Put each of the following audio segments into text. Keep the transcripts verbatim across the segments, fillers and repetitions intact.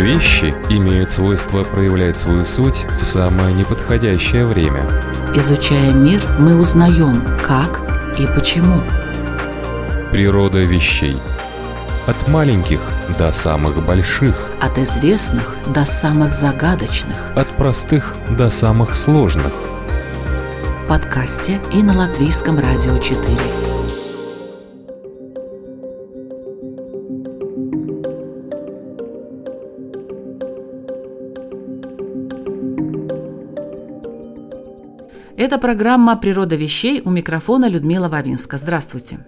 Вещи имеют свойство проявлять свою суть в самое неподходящее время. Изучая мир, мы узнаем, как и почему. Природа вещей. От маленьких до самых больших. От известных до самых загадочных. От простых до самых сложных. В подкасте и на Латвийском радио четыре. Это программа «Природа вещей», у микрофона Людмила Вавинска. Здравствуйте.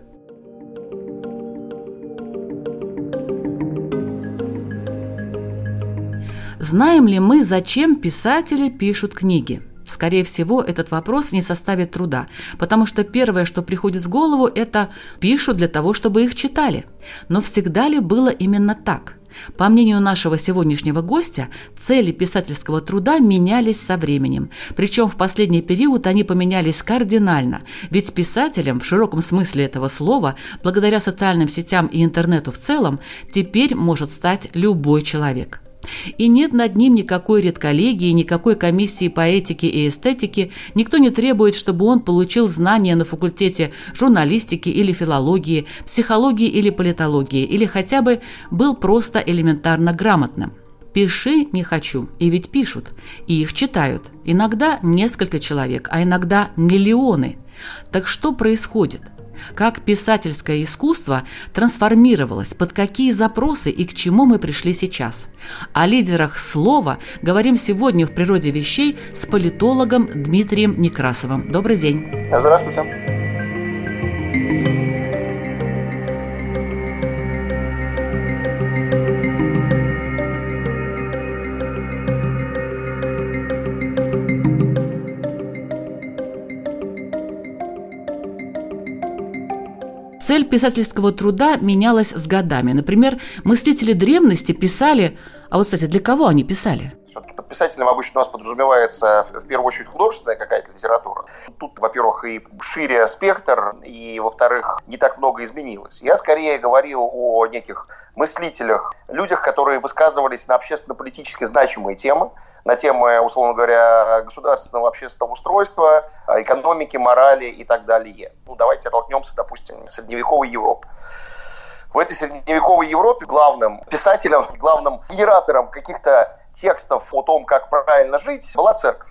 Знаем ли мы, зачем писатели пишут книги? Скорее всего, этот вопрос не составит труда, потому что первое, что приходит в голову, это «пишут для того, чтобы их читали». Но всегда ли было именно так? По мнению нашего сегодняшнего гостя, цели писательского труда менялись со временем. Причем в последний период они поменялись кардинально. Ведь писателем в широком смысле этого слова, благодаря социальным сетям и интернету в целом, теперь может стать любой человек. И нет над ним никакой редколлегии, никакой комиссии по этике и эстетике, никто не требует, чтобы он получил знания на факультете журналистики или филологии, психологии или политологии, или хотя бы был просто элементарно грамотным. «Пиши, не хочу», и ведь пишут, и их читают, иногда несколько человек, а иногда миллионы. Так что происходит? Как писательское искусство трансформировалось, под какие запросы и к чему мы пришли сейчас. О лидерах слова говорим сегодня в «Природе вещей» с политологом Дмитрием Некрасовым. Добрый день. Здравствуйте. Цель писательского труда менялась с годами. Например, мыслители древности писали, а вот, кстати, для кого они писали? Все-таки под писателем обычно у нас подразумевается в первую очередь художественная какая-то литература. Тут, во-первых, и шире спектр, и, во-вторых, не так много изменилось. Я скорее говорил о неких мыслителях, людях, которые высказывались на общественно-политически значимые темы, на темы, условно говоря, государственного общественного устройства, экономики, морали и так далее. Ну, давайте оттолкнемся, допустим, от средневековой Европы. В этой средневековой Европе главным писателем, главным генератором каких-то текстов о том, как правильно жить, была церковь.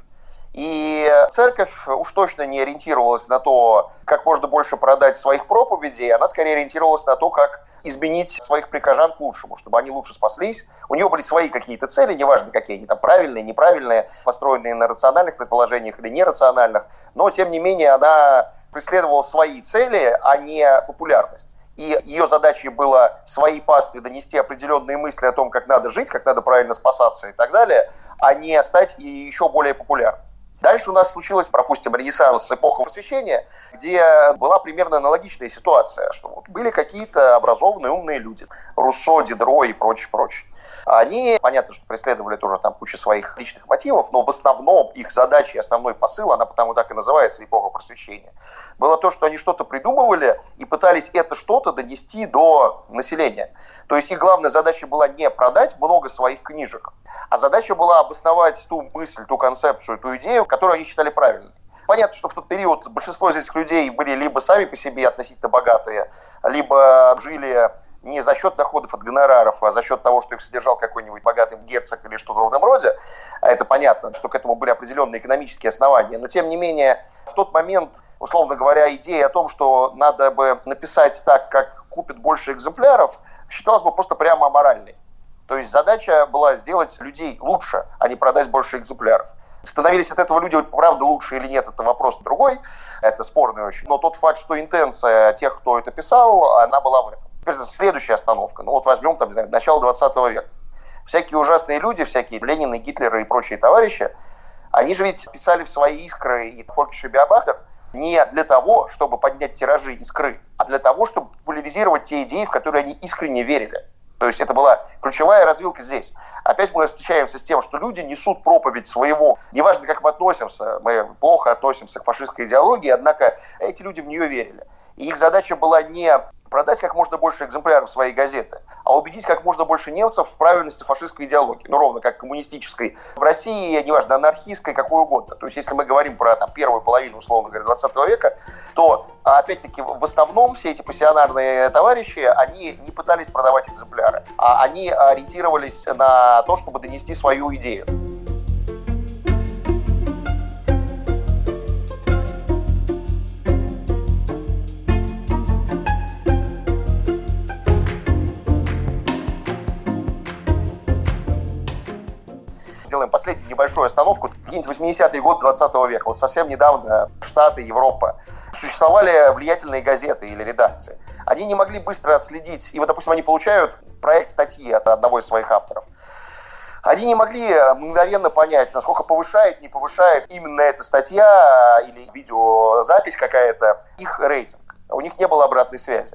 И церковь уж точно не ориентировалась на то, как можно больше продать своих проповедей, она скорее ориентировалась на то, как изменить своих прихожан к лучшему, чтобы они лучше спаслись. У нее были свои какие-то цели, неважно, какие они там правильные, неправильные, построенные на рациональных предположениях или нерациональных, но, тем не менее, она преследовала свои цели, а не популярность. И ее задачей было своей пастве донести определенные мысли о том, как надо жить, как надо правильно спасаться и так далее, а не стать еще более популярной. Дальше у нас случилась, пропустим, Ренессанс, эпоха Просвещения, где была примерно аналогичная ситуация, что вот были какие-то образованные, умные люди, Руссо, Дидро и прочее, прочее. Они, понятно, что преследовали тоже там кучу своих личных мотивов, но в основном их задача и основной посыл, она потому так и называется эпоха Просвещения, было то, что они что-то придумывали и пытались это что-то донести до населения. То есть их главная задача была не продать много своих книжек, а задача была обосновать ту мысль, ту концепцию, ту идею, которую они считали правильной. Понятно, что в тот период большинство из этих людей были либо сами по себе относительно богатые, либо жили не за счет доходов от гонораров, а за счет того, что их содержал какой-нибудь богатый герцог или что-то в этом роде. А это понятно, что к этому были определенные экономические основания. Но, тем не менее, в тот момент, условно говоря, идея о том, что надо бы написать так, как купит больше экземпляров, считалась бы просто прямо аморальной. То есть задача была сделать людей лучше, а не продать больше экземпляров. Становились от этого люди, правда, лучше или нет, это вопрос другой, это спорный очень. Но тот факт, что интенция тех, кто это писал, она была в этом. Следующая остановка. Ну вот возьмем там, не знаю, начало двадцатого века. Всякие ужасные люди, всякие Ленины, Гитлеры и прочие товарищи, они же ведь писали в свои «Искры» и «Фолькиши Биобахтер» не для того, чтобы поднять тиражи «Искры», а для того, чтобы популяризировать те идеи, в которые они искренне верили. То есть это была ключевая развилка здесь. Опять мы встречаемся с тем, что люди несут проповедь своего. Неважно, как мы относимся, мы плохо относимся к фашистской идеологии, однако эти люди в нее верили. И их задача была не продать как можно больше экземпляров своей газеты, а убедить как можно больше немцев в правильности фашистской идеологии. Ну, ровно как коммунистической в России, неважно, анархистской, какой угодно. То есть, если мы говорим про там, первую половину, условно говоря, двадцатого века, то, опять-таки, в основном все эти пассионарные товарищи, они не пытались продавать экземпляры, а они ориентировались на то, чтобы донести свою идею. Сделаем последнюю небольшую остановку. Где-нибудь восьмидесятые годы двадцатого века, вот совсем недавно Штаты, Европа, существовали влиятельные газеты или редакции. Они не могли быстро отследить, и вот, допустим, они получают проект статьи от одного из своих авторов. Они не могли мгновенно понять, насколько повышает, не повышает именно эта статья или видеозапись какая-то их рейтинг. У них не было обратной связи.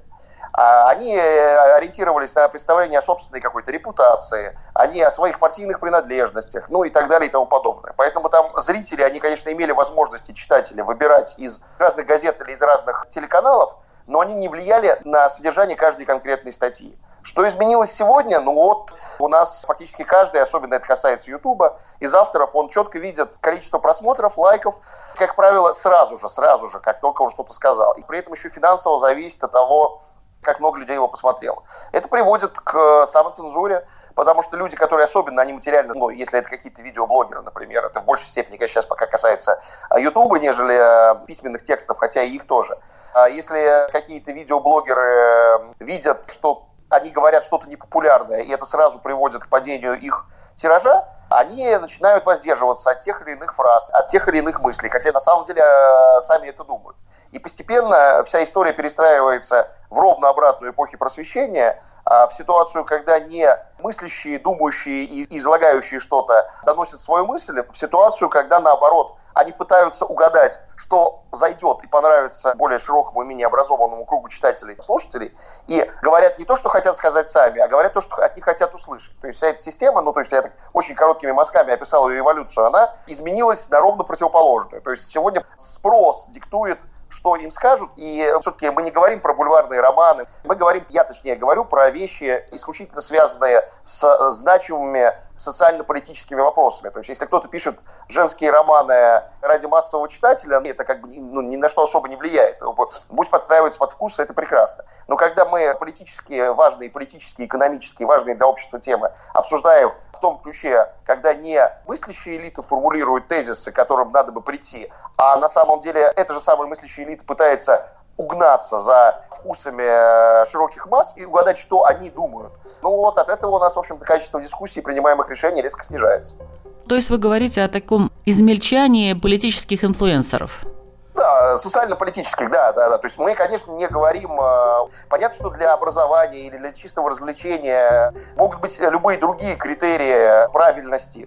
Они ориентировались на представление о собственной какой-то репутации, они о своих партийных принадлежностях, ну и так далее и тому подобное. Поэтому там зрители, они, конечно, имели возможности, читатели, выбирать из разных газет или из разных телеканалов, но они не влияли на содержание каждой конкретной статьи. Что изменилось сегодня? Ну вот у нас фактически каждый, особенно это касается Ютуба, из авторов, он четко видит количество просмотров, лайков, как правило, сразу же, сразу же, как только он что-то сказал. И при этом еще финансово зависит от того, как много людей его посмотрело. Это приводит к самоцензуре, потому что люди, которые особенно, они материально, ну, если это какие-то видеоблогеры, например, это в большей степени, конечно, сейчас пока касается Ютуба, нежели письменных текстов, хотя и их тоже. Если какие-то видеоблогеры видят, что они говорят что-то непопулярное, и это сразу приводит к падению их тиража, они начинают воздерживаться от тех или иных фраз, от тех или иных мыслей, хотя на самом деле сами это думают. И постепенно вся история перестраивается в ровно обратную эпоху просвещения, в ситуацию, когда не мыслящие, думающие и излагающие что-то доносят свою мысль, в ситуацию, когда наоборот они пытаются угадать, что зайдет и понравится более широкому и менее образованному кругу читателей и слушателей, и говорят не то, что хотят сказать сами, а говорят то, что от них хотят услышать. То есть вся эта система, ну то есть я так очень короткими мазками описал ее эволюцию, она изменилась на ровно противоположную. То есть сегодня спрос диктует, что им скажут, и все-таки мы не говорим про бульварные романы, мы говорим, я точнее говорю, про вещи, исключительно связанные с значимыми социально-политическими вопросами. То есть, если кто-то пишет женские романы ради массового читателя, это как бы ну, ни на что особо не влияет. Будь подстраиваться под вкус, это прекрасно. Но когда мы политические, важные политические, экономические, важные для общества темы обсуждаем в том ключе, когда не мыслящая элита формулирует тезисы, к которым надо бы прийти, а на самом деле эта же самая мыслящая элита пытается угнаться за вкусами широких масс и угадать, что они думают. Ну вот от этого у нас, в общем-то, качество дискуссий и принимаемых решений резко снижается. То есть вы говорите о таком измельчании политических инфлюенсеров? Да, социально-политических, да, да, да. То есть мы, конечно, не говорим... Понятно, что для образования или для чистого развлечения могут быть любые другие критерии правильности.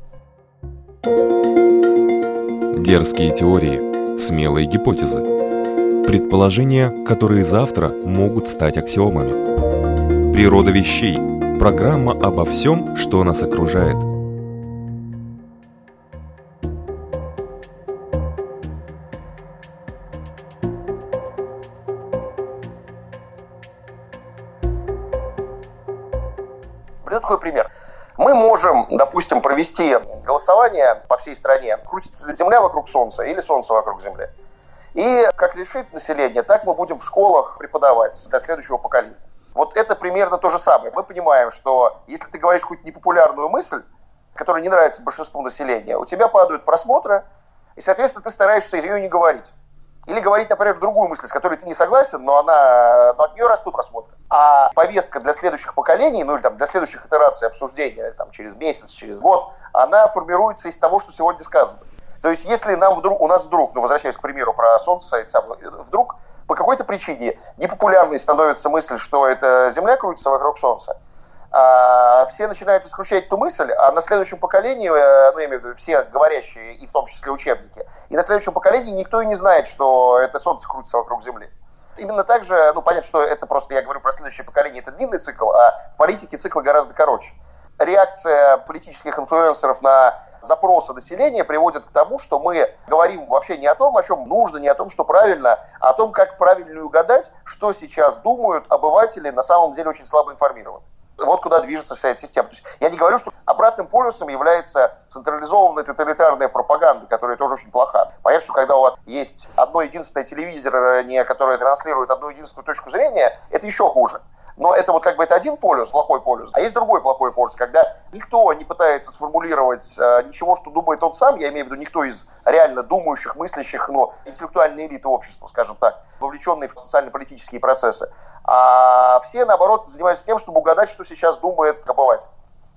Дерзкие теории, смелые гипотезы, предположения, которые завтра могут стать аксиомами. Природа вещей. Программа обо всем, что нас окружает. Приведу такой пример. Мы можем, допустим, провести голосование по всей стране, крутится Земля вокруг Солнца или Солнце вокруг Земли. И как решит население, так мы будем в школах преподавать для следующего поколения. Вот это примерно то же самое. Мы понимаем, что если ты говоришь какую-то непопулярную мысль, которая не нравится большинству населения, у тебя падают просмотры, и, соответственно, ты стараешься ее не говорить. Или говорить, например, другую мысль, с которой ты не согласен, но, она, но от нее растут просмотры. А повестка для следующих поколений, ну или там, для следующих итераций обсуждения там, через месяц, через год, она формируется из того, что сегодня сказано. То есть если нам вдруг, у нас вдруг, ну возвращаясь к примеру про Солнце, вдруг по какой-то причине непопулярной становится мысль, что это Земля крутится вокруг Солнца, а все начинают исключать эту мысль, а на следующем поколении, ну я имею в виду все говорящие, и в том числе учебники, и на следующем поколении никто и не знает, что это Солнце крутится вокруг Земли. Именно так же, ну понятно, что это просто, я говорю про следующее поколение, это длинный цикл, а в политике цикл гораздо короче. Реакция политических инфлюенсеров на запросы населения приводит к тому, что мы говорим вообще не о том, о чем нужно, не о том, что правильно, а о том, как правильно угадать, что сейчас думают обыватели, на самом деле очень слабо информированы. Вот куда движется вся эта система. То есть я не говорю, что обратным полюсом является централизованная тоталитарная пропаганда, которая тоже очень плоха. Понятно, что когда у вас есть одно единственное телевидение, которое транслирует одну единственную точку зрения, это еще хуже. Но это вот как бы это один полюс, плохой полюс, а есть другой плохой полюс, когда никто не пытается сформулировать э, ничего, что думает он сам, я имею в виду никто из реально думающих, мыслящих, но интеллектуальной элиты общества, скажем так, вовлеченные в социально-политические процессы, а все, наоборот, занимаются тем, чтобы угадать, что сейчас думает обыватель.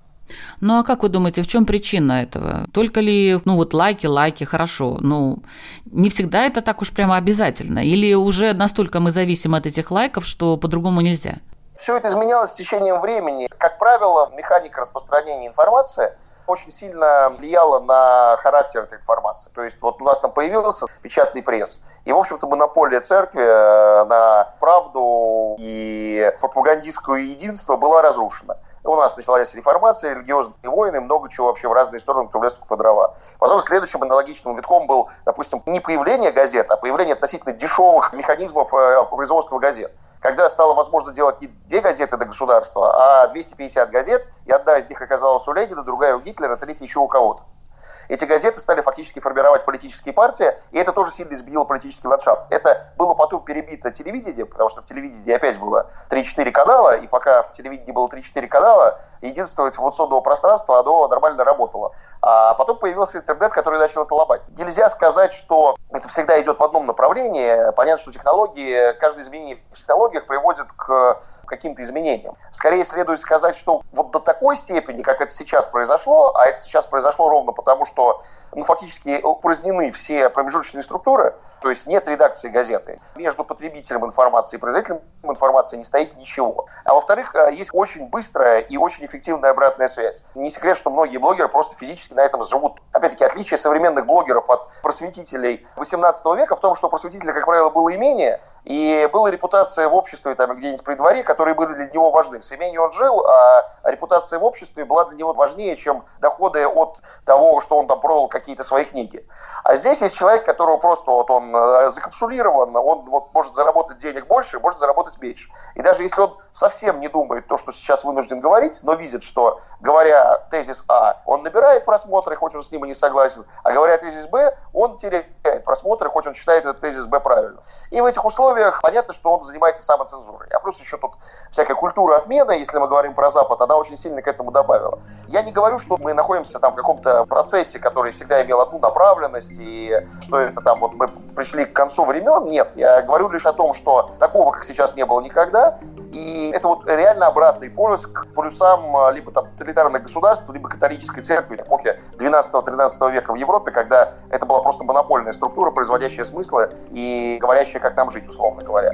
Ну а как вы думаете, в чем причина этого? Только ли, ну вот лайки, лайки, хорошо, ну не всегда это так уж прямо обязательно, или уже настолько мы зависим от этих лайков, что по-другому нельзя? Все это изменялось с течением времени. Как правило, механика распространения информации очень сильно влияла на характер этой информации. То есть вот у нас там появился печатный пресс, и, в общем-то, монополия церкви на правду и пропагандистское единство была разрушена. У нас началась реформация, религиозные войны, много чего вообще в разные стороны отправлялось по дрова. Потом следующим аналогичным витком был, допустим, не появление газет, а появление относительно дешевых механизмов производства газет. Когда стало возможно делать не две газеты до государства, а двести пятьдесят газет, и одна из них оказалась у Ленина, другая у Гитлера, третья еще у кого-то. Эти газеты стали фактически формировать политические партии, и это тоже сильно изменило политический ландшафт. Это было потом перебито телевидением, потому что в телевидении опять было три-четыре канала, и пока в телевидении было три-четыре канала, единство информационного пространства, оно нормально работало. А потом появился интернет, который начал это ломать. Нельзя сказать, что это всегда идет в одном направлении. Понятно, что технологии, каждое изменение в технологиях приводит к каким-то изменениям. Скорее следует сказать, что вот до такой степени, как это сейчас произошло, а это сейчас произошло ровно потому, что ну, фактически упразднены все промежуточные структуры, то есть нет редакции газеты. Между потребителем информации и производителем информации не стоит ничего. А во-вторых, есть очень быстрая и очень эффективная обратная связь. Не секрет, что многие блогеры просто физически на этом живут. Опять-таки, отличие современных блогеров от просветителей восемнадцатого века в том, что просветителя, как правило, было имение, и была репутация в обществе там, где-нибудь при дворе, которые были для него важны. С имением он жил, а репутация в обществе была для него важнее, чем доходы от того, что он там продал какие-то свои книги. А здесь есть человек, которого просто вот он закапсулирован, он вот может заработать денег больше, может заработать меньше. И даже если он совсем не думает то, что сейчас вынужден говорить, но видит, что, говоря тезис А, он набирает просмотры, хоть он с ним и не согласен, а говоря тезис Б, он теряет просмотры, хоть он считает этот тезис Б правильным. И в этих условиях понятно, что он занимается самоцензурой. А плюс еще тут всякая культура отмены, если мы говорим про Запад, она очень сильно к этому добавила. Я не говорю, что мы находимся там в каком-то процессе, который всегда имел одну направленность, и что это там вот мы пришли к концу времен. Нет, я говорю лишь о том, что такого, как сейчас, не было никогда. И это вот реально обратный полюс к полюсам либо там тоталитарных государств, либо католической церкви эпохи двенадцатого-тринадцатого века в Европе, когда это была просто монопольная структура, производящая смыслы и говорящая, как нам жить, условно говоря.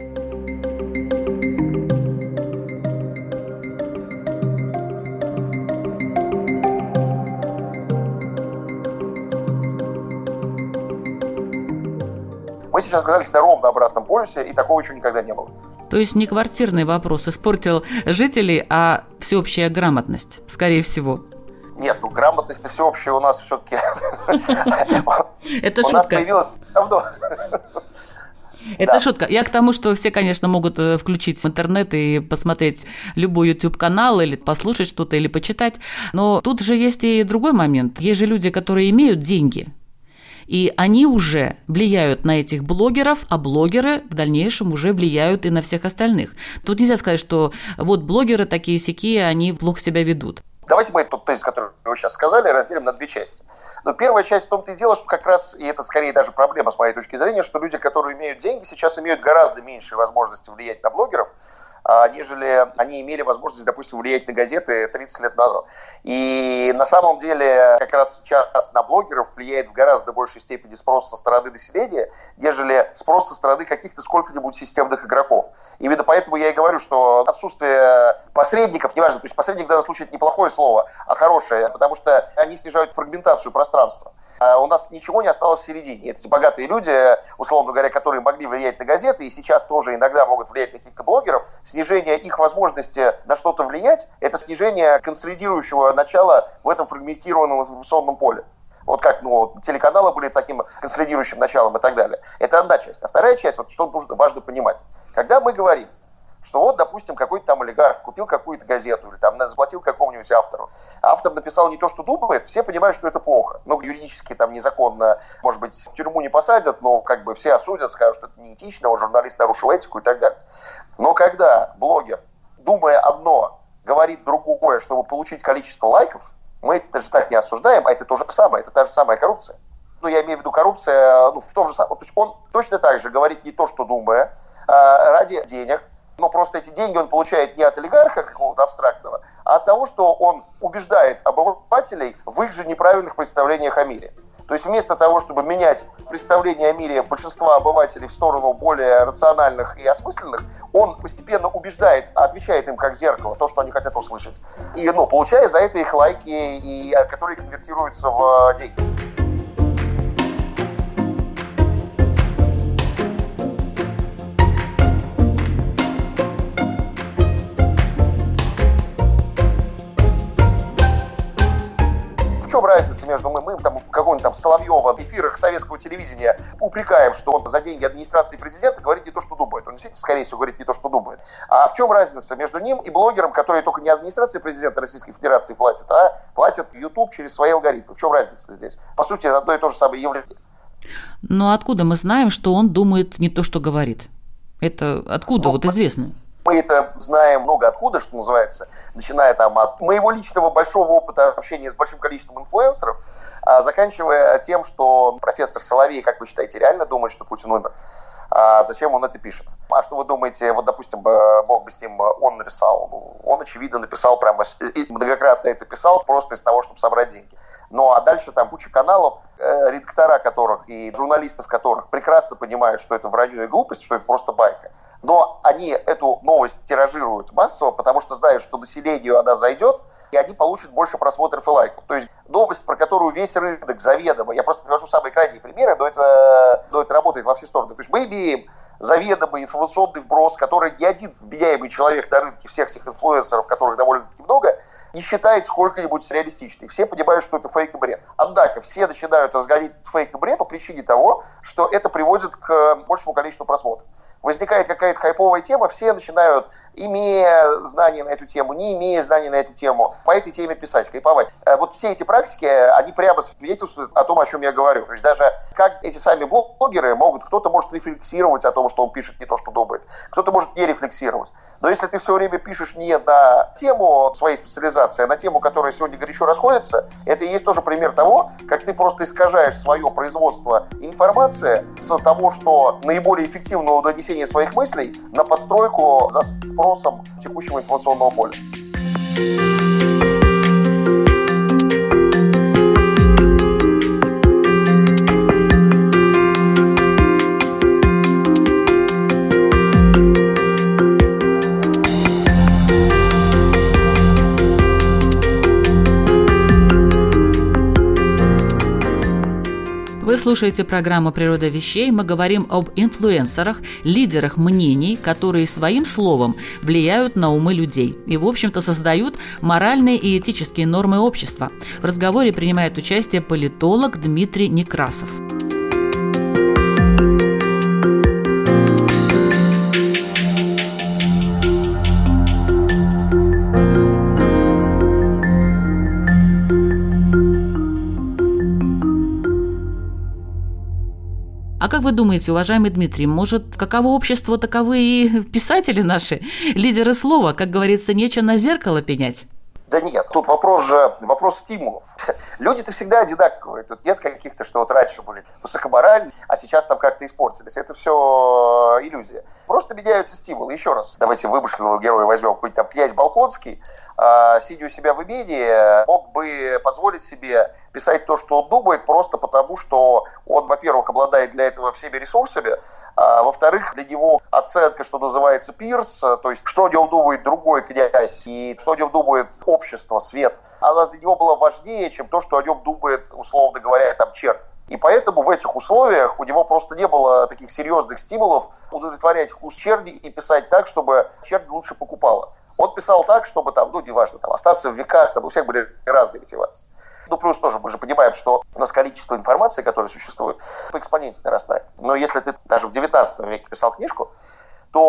Мы сейчас оказались на ровно обратном полюсе, и такого еще никогда не было. То есть не квартирный вопрос испортил жителей, а всеобщая грамотность, скорее всего. Нет, ну грамотность и всеобщая у нас все-таки... Это шутка. У нас появилась давно. Это да. Шутка. Я к тому, что все, конечно, могут включить интернет и посмотреть любой YouTube-канал или послушать что-то, или почитать. Но тут же есть и другой момент. Есть же люди, которые имеют деньги. И они уже влияют на этих блогеров, а блогеры в дальнейшем уже влияют и на всех остальных. Тут нельзя сказать, что вот блогеры такие-сякие, они плохо себя ведут. Давайте мы тот тезис, который вы сейчас сказали, разделим на две части. Но первая часть в том-то и дело, что как раз, и это скорее даже проблема с моей точки зрения, что люди, которые имеют деньги, сейчас имеют гораздо меньшие возможности влиять на блогеров, нежели они имели возможность, допустим, влиять на газеты тридцать лет назад. И на самом деле как раз сейчас на блогеров влияет в гораздо большей степени спрос со стороны населения, нежели спрос со стороны каких-то сколько-нибудь системных игроков. Именно поэтому я и говорю, что отсутствие посредников, неважно, то есть посредник в данном случае это неплохое слово, а хорошее, потому что они снижают фрагментацию пространства. У нас ничего не осталось в середине. Это богатые люди, условно говоря, которые могли влиять на газеты и сейчас тоже иногда могут влиять на каких-то блогеров. Снижение их возможности на что-то влиять – это снижение консолидирующего начала в этом фрагментированном информационном поле. Вот как ну, телеканалы были таким консолидирующим началом и так далее. Это одна часть. А вторая часть, вот что нужно важно понимать. Когда мы говорим, что вот, допустим, какой-то там олигарх купил какую-то газету или там заплатил какому-нибудь автору. Автор написал не то, что думает, все понимают, что это плохо. Ну, юридически там незаконно, может быть, в тюрьму не посадят, но как бы все осудят, скажут, что это неэтично, он журналист нарушил этику и так далее. Но когда блогер, думая одно, говорит другое, чтобы получить количество лайков, мы это же так не осуждаем, а это то же самое, это та же самая коррупция. Ну, я имею в виду коррупция, ну, в том же самом. То есть он точно так же говорит не то, что думая, а ради денег. Но просто эти деньги он получает не от олигарха какого-то абстрактного, а от того, что он убеждает обывателей в их же неправильных представлениях о мире. То есть вместо того, чтобы менять представление о мире большинства обывателей в сторону более рациональных и осмысленных, он постепенно убеждает, отвечает им как зеркало, то, что они хотят услышать. И, ну, получая за это их лайки, и, которые конвертируются в деньги. В чем разница между мы, мы там, какого-нибудь там Соловьева в эфирах советского телевидения упрекаем, что он за деньги администрации президента говорит не то, что думает. Он действительно, скорее всего, говорит не то, что думает. А в чем разница между ним и блогером, которые только не администрации президента Российской Федерации платят, а платят YouTube через свои алгоритмы? В чем разница здесь? По сути, это одно и то же самое явление. Но откуда мы знаем, что он думает не то, что говорит? Это откуда? Ну, вот известно. Мы это знаем много откуда, что называется, начиная там от моего личного большого опыта общения с большим количеством инфлюенсеров, а заканчивая тем, что профессор Соловей, как вы считаете, реально думает, что Путин умер. А зачем он это пишет? А что вы думаете, вот, допустим, Бог бы с ним, он написал, он, очевидно, написал прямо, и многократно это писал, просто из того, чтобы собрать деньги. Ну, а дальше там куча каналов, э, редактора которых и журналистов которых прекрасно понимают, что это вранье и глупость, что это просто байка. Но они эту новость тиражируют массово, потому что знают, что населению она зайдет, и они получат больше просмотров и лайков. То есть новость, про которую весь рынок заведомо, я просто привожу самые крайние примеры, но это, но это работает во все стороны. То есть мы имеем заведомый информационный вброс, который ни один вменяемый человек на рынке, всех этих инфлюенсеров, которых довольно-таки много, не считает сколько-нибудь реалистичной. Все понимают, что это фейк и бред. Однако все начинают разгонять фейк и бред по причине того, что это приводит к большему количеству просмотров. Возникает какая-то хайповая тема, все начинают, имея знания на эту тему, не имея знаний на эту тему, по этой теме писать, хайповать. Вот все эти практики, они прямо свидетельствуют о том, о чем я говорю. То есть даже как эти сами блогеры могут, кто-то может рефлексировать о том, что он пишет не то, что думает, кто-то может не рефлексировать. Но если ты все время пишешь не на тему своей специализации, а на тему, которая сегодня горячо расходится, это и есть тоже пример того, как ты просто искажаешь свое производство информации с того, что наиболее эффективного донесения своих мыслей на подстройку за спросом текущего информационного поля. Вы слушаете программу «Природа вещей». Мы говорим об инфлюенсерах, лидерах мнений, которые своим словом влияют на умы людей и, в общем-то, создают моральные и этические нормы общества. В разговоре принимает участие политолог Дмитрий Некрасов. А как вы думаете, уважаемый Дмитрий, может, каково общество, таковы и писатели наши, лидеры слова, как говорится, нечего на зеркало пенять? Да нет, тут вопрос же, вопрос стимулов. Люди-то всегда одинаковые, тут нет каких-то, что вот раньше были высокоморальные, а сейчас там как-то испортились. Это все иллюзия. Просто меняются стимулы. Еще раз, давайте вымышленного героя возьмем, какой-нибудь там князь Болконский, сидя у себя в имении, мог бы позволить себе писать то, что он думает, просто потому, что он, во-первых, обладает для этого всеми ресурсами, а во-вторых, для него оценка, что называется, пирс, то есть что о нем думает другой князь и что о нем думает общество, свет, она для него была важнее, чем то, что о нем думает, условно говоря, там чернь. И поэтому в этих условиях у него просто не было таких серьезных стимулов удовлетворять вкус черни и писать так, чтобы чернь лучше покупала. Он писал так, чтобы там, ну, неважно, там, остаться в веках, там у всех были разные мотивации. Ну, плюс тоже мы же понимаем, что у нас количество информации, которая существует, по экспоненте нарастает. Но если ты даже в девятнадцатом веке писал книжку, то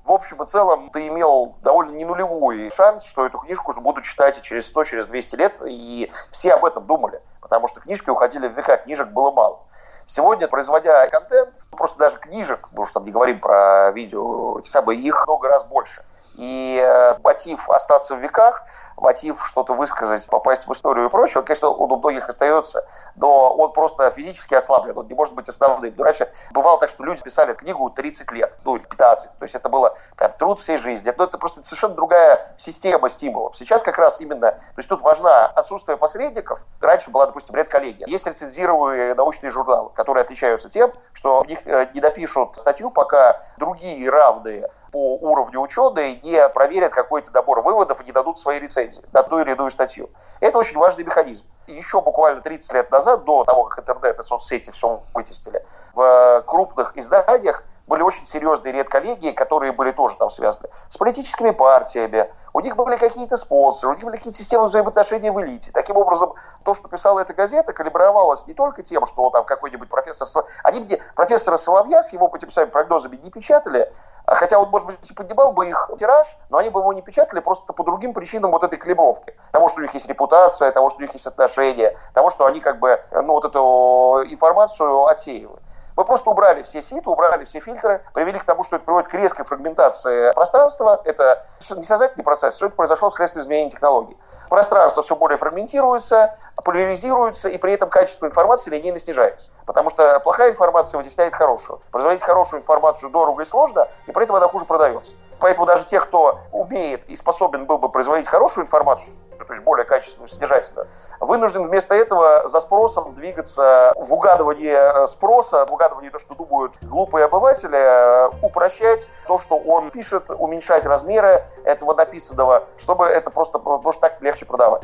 в общем и целом ты имел довольно не нулевой шанс, что эту книжку будут читать и через сто, через двести лет, и все об этом думали, потому что книжки уходили в века, книжек было мало. Сегодня, производя контент, просто даже книжек, потому что там не говорим про видео, те самые, их много раз больше. И э, мотив остаться в веках, мотив что-то высказать, попасть в историю и прочее, он, конечно, он у многих остается, но он просто физически ослаблен, он не может быть основным. Раньше бывало так, что люди писали книгу тридцать лет, ну или пятнадцать, то есть это было прям труд всей жизни. Но это просто совершенно другая система стимулов. Сейчас как раз именно, то есть тут важно отсутствие посредников. Раньше была, допустим, редколлегия. Есть рецензируемые научные журналы, которые отличаются тем, что в них не напишут статью, пока другие равные по уровню ученые не проверят какой-то набор выводов и не дадут свои рецензии на ту или иную статью. Это очень важный механизм. Еще буквально тридцать лет назад, до того, как интернет и соцсети все вытеснили, в крупных изданиях были очень серьезные редколлегии, которые были тоже там связаны с политическими партиями. У них были какие-то спонсоры, у них были какие-то системы взаимоотношений в элите. Таким образом, то, что писала эта газета, калибровалось не только тем, что там какой-нибудь профессор... Они мне профессора Соловья с его, по тем самым прогнозами, не печатали, хотя он, может быть, и поднимал бы их тираж, но они бы его не печатали просто по другим причинам вот этой калибровки. Того, что у них есть репутация, того, что у них есть отношения, того, что они как бы, ну, вот эту информацию отсеивают. Мы просто убрали все ситы, убрали все фильтры, привели к тому, что это приводит к резкой фрагментации пространства. Это не сознательный процесс, все это произошло вследствие изменения технологий. Пространство все более фрагментируется, поляризируется, и при этом качество информации линейно снижается. Потому что плохая информация вытесняет хорошую. Производить хорошую информацию дорого и сложно, и при этом она хуже продается. Поэтому даже те, кто умеет и способен был бы производить хорошую информацию, то есть более качественную, содержательную, вынужден вместо этого за спросом двигаться в угадывание спроса, в угадывание то, что думают глупые обыватели, упрощать то, что он пишет, уменьшать размеры этого написанного, чтобы это просто, потому что так легче продавать.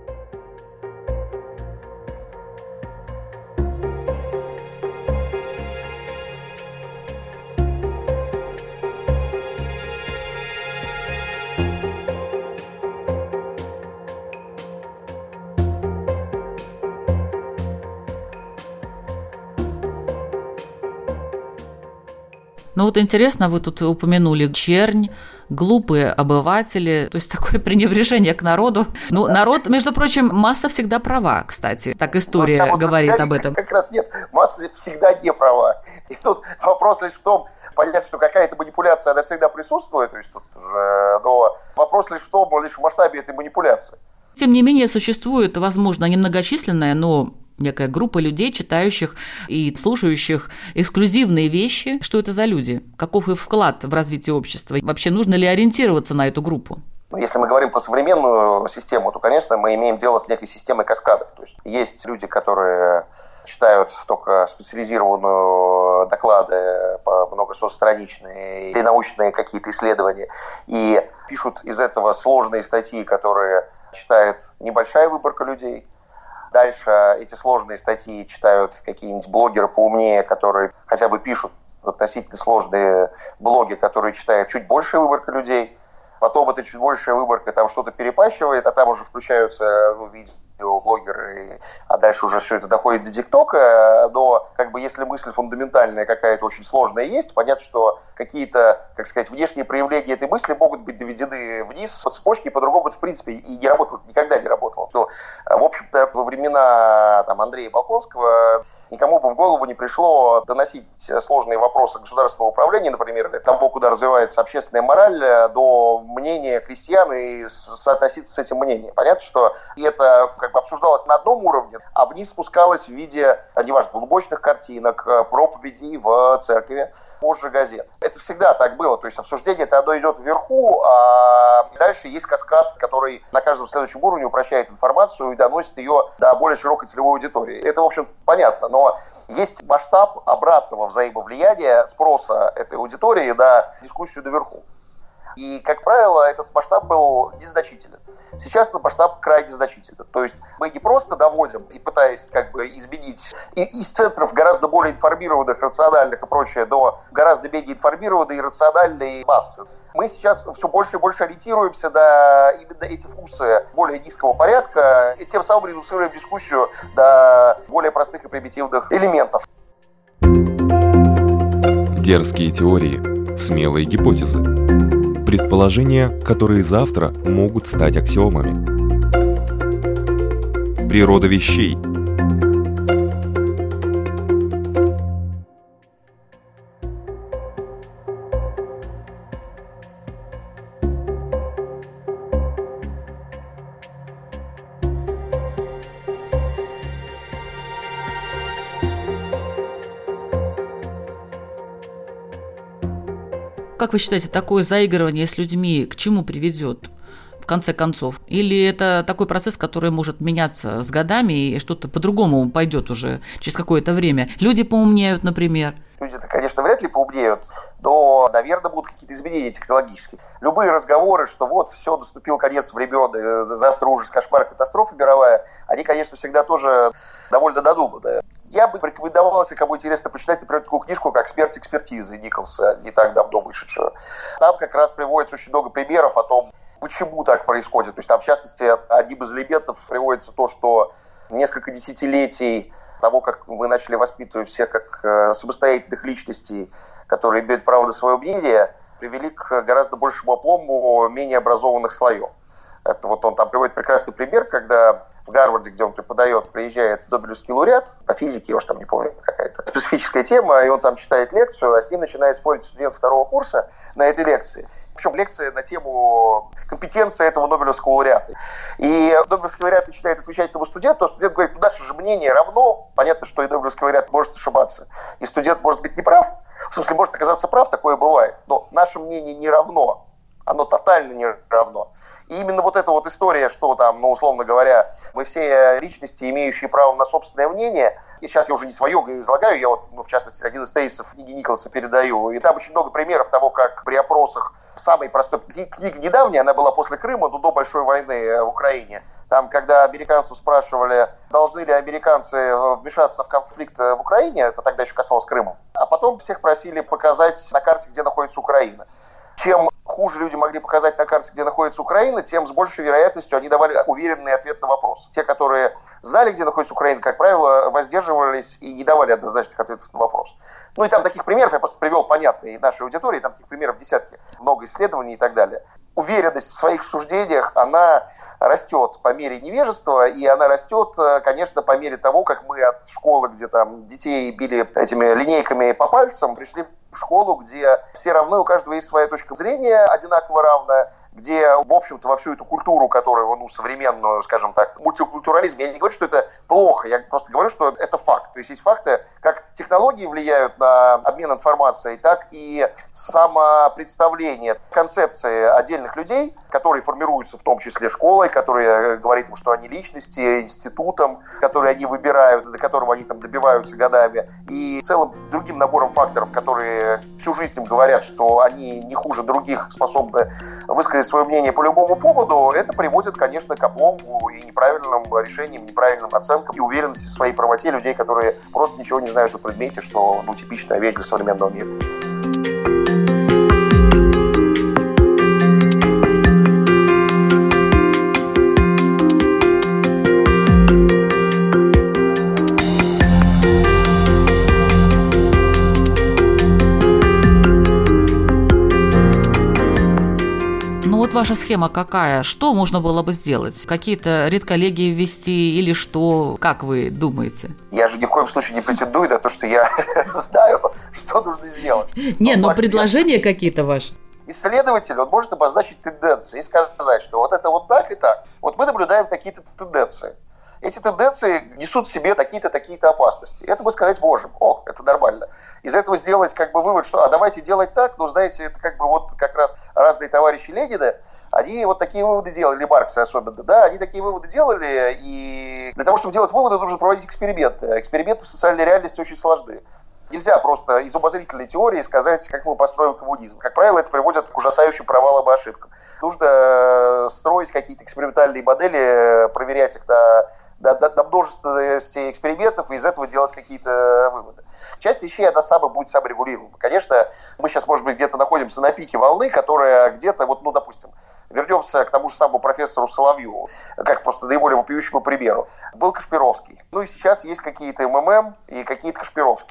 Ну вот интересно, вы тут упомянули чернь, глупые обыватели, то есть такое пренебрежение к народу. Ну, народ, между прочим, масса всегда права, кстати, так история ну, говорит как, об этом. Как раз нет, масса всегда не права. И тут вопрос лишь в том, понятно, что какая-то манипуляция, она всегда присутствует, то есть тут уже, но вопрос лишь в том, лишь в масштабе этой манипуляции. Тем не менее, существует, возможно, немногочисленная, но некая группа людей, читающих и слушающих эксклюзивные вещи. Что это за люди? Каков их вклад в развитие общества? Вообще, нужно ли ориентироваться на эту группу? Если мы говорим про современную систему, то, конечно, мы имеем дело с некой системой каскадов. То есть есть люди, которые читают только специализированные доклады, многосотстраничные или научные какие-то исследования, и пишут из этого сложные статьи, которые читает небольшая выборка людей. Дальше эти сложные статьи читают какие-нибудь блогеры поумнее, которые хотя бы пишут относительно сложные блоги, которые читает чуть большая выборка людей. Потом эта чуть большая выборка там что-то перепащивает, а там уже включаются ну, видеоблогеры, а дальше уже все это доходит до ТикТока. Но как бы если мысль фундаментальная какая-то очень сложная есть, понятно, что какие-то, как сказать, внешние проявления этой мысли могут быть доведены вниз по цепочке, по-другому это в принципе и не работало, никогда не работало. То, в общем-то, во времена там, Андрея Болконского никому бы в голову не пришло доносить сложные вопросы государственного управления, например, того, куда развивается общественная мораль, до мнения крестьян и соотноситься с этим мнением. Понятно, что это как бы обсуждалось на одном уровне, а вниз спускалось в виде, неважно, лубочных картинок, проповедей в церкви, позже газет. Это всегда так было, то есть обсуждение это одно идет вверху, а дальше есть каскад, который на каждом следующем уровне упрощает информацию и доносит ее до более широкой целевой аудитории. Это, в общем, понятно, но есть масштаб обратного взаимовлияния спроса этой аудитории на дискуссию наверху. И, как правило, этот масштаб был незначителен. Сейчас этот масштаб крайне значителен. То есть мы не просто доводим и пытаясь как бы изменить и из центров гораздо более информированных, рациональных и прочее до гораздо менее информированной и рациональной массы. Мы сейчас все больше и больше ориентируемся на именно эти вкусы более низкого порядка и тем самым редуцируем дискуссию до более простых и примитивных элементов. Дерзкие теории. Смелые гипотезы. Предположения, которые завтра могут стать аксиомами. Природа вещей. Как вы считаете, такое заигрывание с людьми к чему приведет в конце концов? Или это такой процесс, который может меняться с годами и что-то по-другому пойдет уже через какое-то время? Люди поумнеют, например. Люди-то, конечно, вряд ли поумнеют, но, наверное, будут какие-то изменения технологические. Любые разговоры, что вот все, наступил конец времен, завтра ужас, кошмар, катастрофа мировая, они, конечно, всегда тоже довольно надуманные. Я бы рекомендовал, если кому интересно, почитать, например, такую книжку, как «Смерть экспертизы» Николса, не так давно вышедшую. Там как раз приводится очень много примеров о том, почему так происходит. То есть там, в частности, одним из элементов приводится то, что несколько десятилетий того, как мы начали воспитывать всех как самостоятельных личностей, которые имеют право на свое мнение, привели к гораздо большему оплому менее образованных слоев. Это вот он там приводит прекрасный пример, когда в Гарварде, где он преподает, приезжает Нобелевский лауреат по физике, я уж там не помню, какая-то специфическая тема, и он там читает лекцию, а с ним начинает спорить студент второго курса на этой лекции. Причем лекция на тему компетенции этого Нобелевского лауреата. И Нобелевский лауреат начинает отвечать этому студенту, а студент говорит, ну, наше же мнение равно. Понятно, что и Нобелевский лауреат может ошибаться. И студент может быть неправ, в смысле, может оказаться прав, такое бывает. Но наше мнение не равно. Оно тотально не равно. И именно вот эта вот история, что там, ну, условно говоря, мы все личности, имеющие право на собственное мнение, и сейчас я уже не свое излагаю, я вот, ну, в частности, один из тезисов книги Николса передаю, и там очень много примеров того, как при опросах, самой простой, книга недавняя, она была после Крыма, но до Большой войны в Украине, там, когда американцев спрашивали, должны ли американцы вмешаться в конфликт в Украине, это тогда еще касалось Крыма, а потом всех просили показать на карте, где находится Украина. Чем хуже люди могли показать на карте, где находится Украина, тем с большей вероятностью они давали уверенный ответ на вопрос. Те, которые знали, где находится Украина, как правило, воздерживались и не давали однозначных ответов на вопрос. Ну и там таких примеров я просто привел понятные нашей аудитории, там таких примеров десятки, много исследований и так далее. Уверенность в своих суждениях, она растет по мере невежества, и она растет, конечно, по мере того, как мы от школы, где там детей били этими линейками по пальцам, пришли в школу, где все равны, у каждого есть своя точка зрения, одинаково равная, где, в общем-то, во всю эту культуру, которую, ну, современную, скажем так, мультикультурализм, я не говорю, что это плохо, я просто говорю, что это факт. То есть есть факты, как технологии влияют на обмен информацией, так и самопредставление концепции отдельных людей, которые формируются в том числе школой, которые говорят им, что они личности, институтом, который они выбирают, до которого они там добиваются годами, и целым другим набором факторов, которые всю жизнь им говорят, что они не хуже других способны высказать свое мнение по любому поводу, это приводит, конечно, к облому и неправильным решениям, неправильным оценкам и уверенности в своей правоте людей, которые просто ничего не знают о предмете, что, ну, типичная вещь для современного мира. Ваша схема какая? Что можно было бы сделать? Какие-то редколлегии ввести или что? Как вы думаете? Я же ни в коем случае не претендую на то, что я знаю, что нужно сделать. Не, но предложения какие-то ваши. Исследователь, он может обозначить тенденции и сказать, что вот это вот так и так. Вот мы наблюдаем какие-то тенденции. Эти тенденции несут в себе такие-то, такие-то опасности. Это бы сказать, боже, о, это нормально. Из этого сделать как бы вывод, что а давайте делать так, ну, знаете, это как бы вот как раз разные товарищи Ленина, они вот такие выводы делали, Маркса особенно, да, они такие выводы делали, и для того, чтобы делать выводы, нужно проводить эксперименты. Эксперименты в социальной реальности очень сложны. Нельзя просто из умозрительной теории сказать, как мы построим коммунизм. Как правило, это приводит к ужасающим провалам и ошибкам. Нужно строить какие-то экспериментальные модели, проверять их на До, до, до множества экспериментов и из этого делать какие-то выводы. Часть вещей, она сама будет саморегулируема. Конечно, мы сейчас, может быть, где-то находимся на пике волны, которая где-то, вот, ну, допустим, вернемся к тому же самому профессору Соловьеву, как просто наиболее вопиющему примеру. Был Кашпировский. Ну и сейчас есть какие-то МММ и какие-то Кашпировские.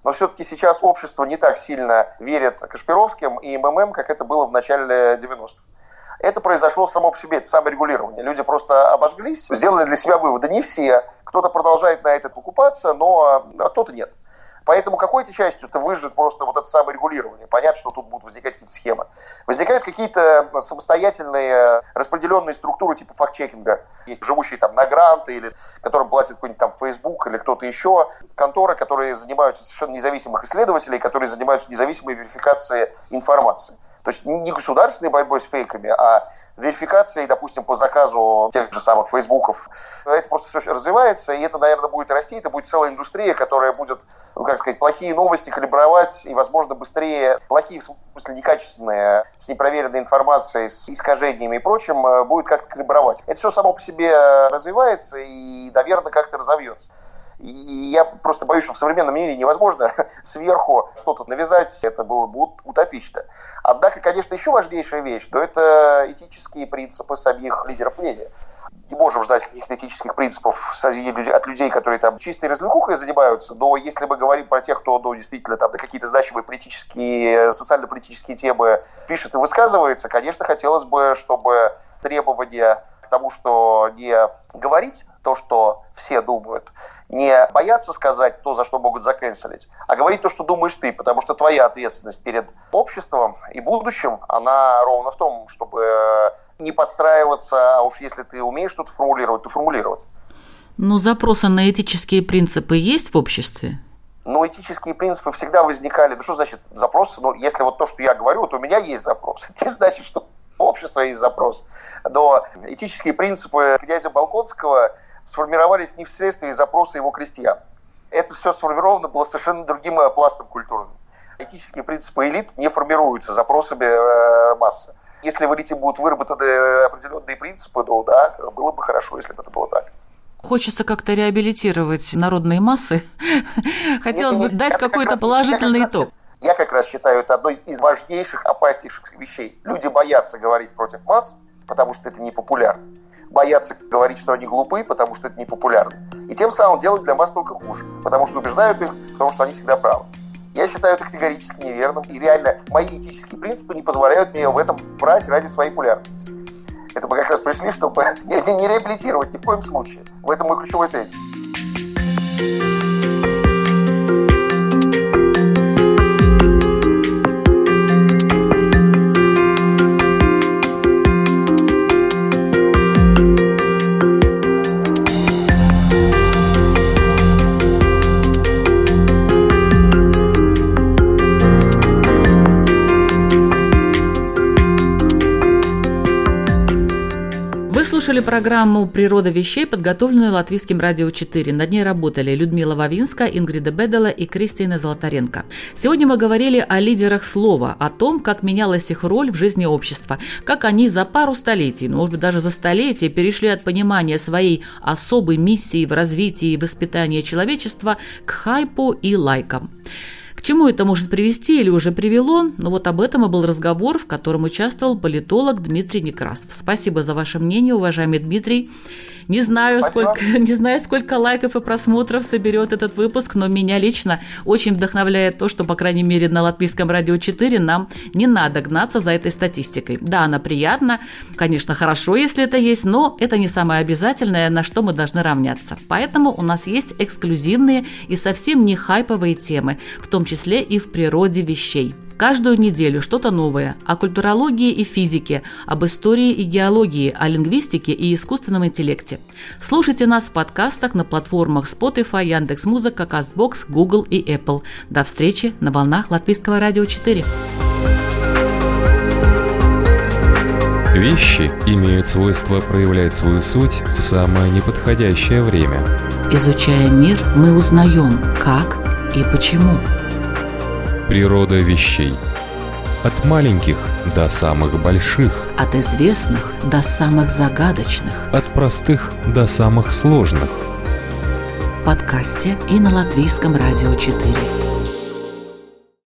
но все-таки сейчас общество не так сильно верит Кашпировским и МММ, как это было в начале девяностых. Это произошло само по себе, это саморегулирование. Люди просто обожглись, сделали для себя выводы. Не все. Кто-то продолжает на это покупаться, но а кто-то нет. Поэтому какой-то частью это выжжет просто вот это саморегулирование. Понятно, что тут будут возникать какие-то схемы. Возникают какие-то самостоятельные распределенные структуры типа факт-чекинга. Есть живущие там на гранты, или которым платит какой-нибудь там Facebook или кто-то еще. Конторы, которые занимаются совершенно независимых исследователей, которые занимаются независимой верификацией информации. То есть не государственной борьбой с фейками, а верификацией, допустим, по заказу тех же самых фейсбуков. Это просто все развивается, и это, наверное, будет расти, это будет целая индустрия, которая будет, ну, как сказать, плохие новости калибровать, и, возможно, быстрее, плохие, в смысле, некачественные, с непроверенной информацией, с искажениями и прочим, будет как-то калибровать. Это все само по себе развивается и, наверное, как-то разовьется. И я просто боюсь, что в современном мире невозможно сверху что-то навязать, это было бы утопично. Однако, конечно, еще важнейшая вещь, что это этические принципы самих лидеров мнения. Не можем ждать каких-то этических принципов от людей, которые там чистой развлекухой занимаются, но если мы говорим про тех, кто ну, действительно там на какие-то значимые политические, социально-политические темы пишет и высказывается, конечно, хотелось бы, чтобы требования к тому, что не говорить то, что все думают, не бояться сказать то, за что могут закэнселить, а говорить то, что думаешь ты, потому что твоя ответственность перед обществом и будущим, она ровно в том, чтобы не подстраиваться, а уж если ты умеешь что-то формулировать, то формулировать. Но запросы на этические принципы есть в обществе? Ну, этические принципы всегда возникали. Ну, что значит запрос? Ну, если вот то, что я говорю, вот у меня есть запрос. Это значит, что у общества есть запрос. Но этические принципы князя Болконского сформировались не вследствие запроса его крестьян. Это все сформировано было совершенно другим пластом культурным. Этические принципы элит не формируются запросами э, массы. Если в элите будут выработаны определенные принципы, то да, было бы хорошо, если бы это было так. Хочется как-то реабилитировать народные массы. Хотелось бы дать какой-то положительный итог. Я как раз считаю это одной из важнейших, опаснейших вещей. Люди боятся говорить против масс, потому что это непопулярно. Боятся говорить, что они глупы, потому что это непопулярно. И тем самым делают для масс только хуже, потому что убеждают их в том, что они всегда правы. Я считаю это категорически неверным, и реально мои этические принципы не позволяют мне в этом брать ради своей популярности. Это мы как раз пришли, чтобы не, не реабилитировать ни в коем случае. В этом мой ключевой тезис. Слушали программу «Природа вещей», подготовленную Латвийским радио четыре. Над ней работали Людмила Вавинска, Ингрида Бедела и Кристина Золотаренко. Сегодня мы говорили о лидерах слова, о том, как менялась их роль в жизни общества, как они за пару столетий, ну, может быть, даже за столетия перешли от понимания своей особой миссии в развитии и воспитании человечества к хайпу и лайкам. К чему это может привести или уже привело? Ну вот об этом и был разговор, в котором участвовал политолог Дмитрий Некрасов. Спасибо за ваше мнение, уважаемый Дмитрий. Не знаю, сколько, не знаю, сколько лайков и просмотров соберет этот выпуск, но меня лично очень вдохновляет то, что, по крайней мере, на Латвийском радио четыре нам не надо гнаться за этой статистикой. Да, она приятна, конечно, хорошо, если это есть, но это не самое обязательное, на что мы должны равняться. Поэтому у нас есть эксклюзивные и совсем не хайповые темы, в том числе и в природе вещей. Каждую неделю что-то новое о культурологии и физике, об истории и геологии, о лингвистике и искусственном интеллекте. Слушайте нас в подкастах на платформах Spotify, Яндекс.Музыка, Castbox, Google и Apple. До встречи на волнах Латвийского радио четыре. Вещи имеют свойство проявлять свою суть в самое неподходящее время. Изучая мир, мы узнаем, как и почему. Природа вещей. От маленьких до самых больших. От известных до самых загадочных. От простых до самых сложных. В подкасте и на Латвийском радио четыре.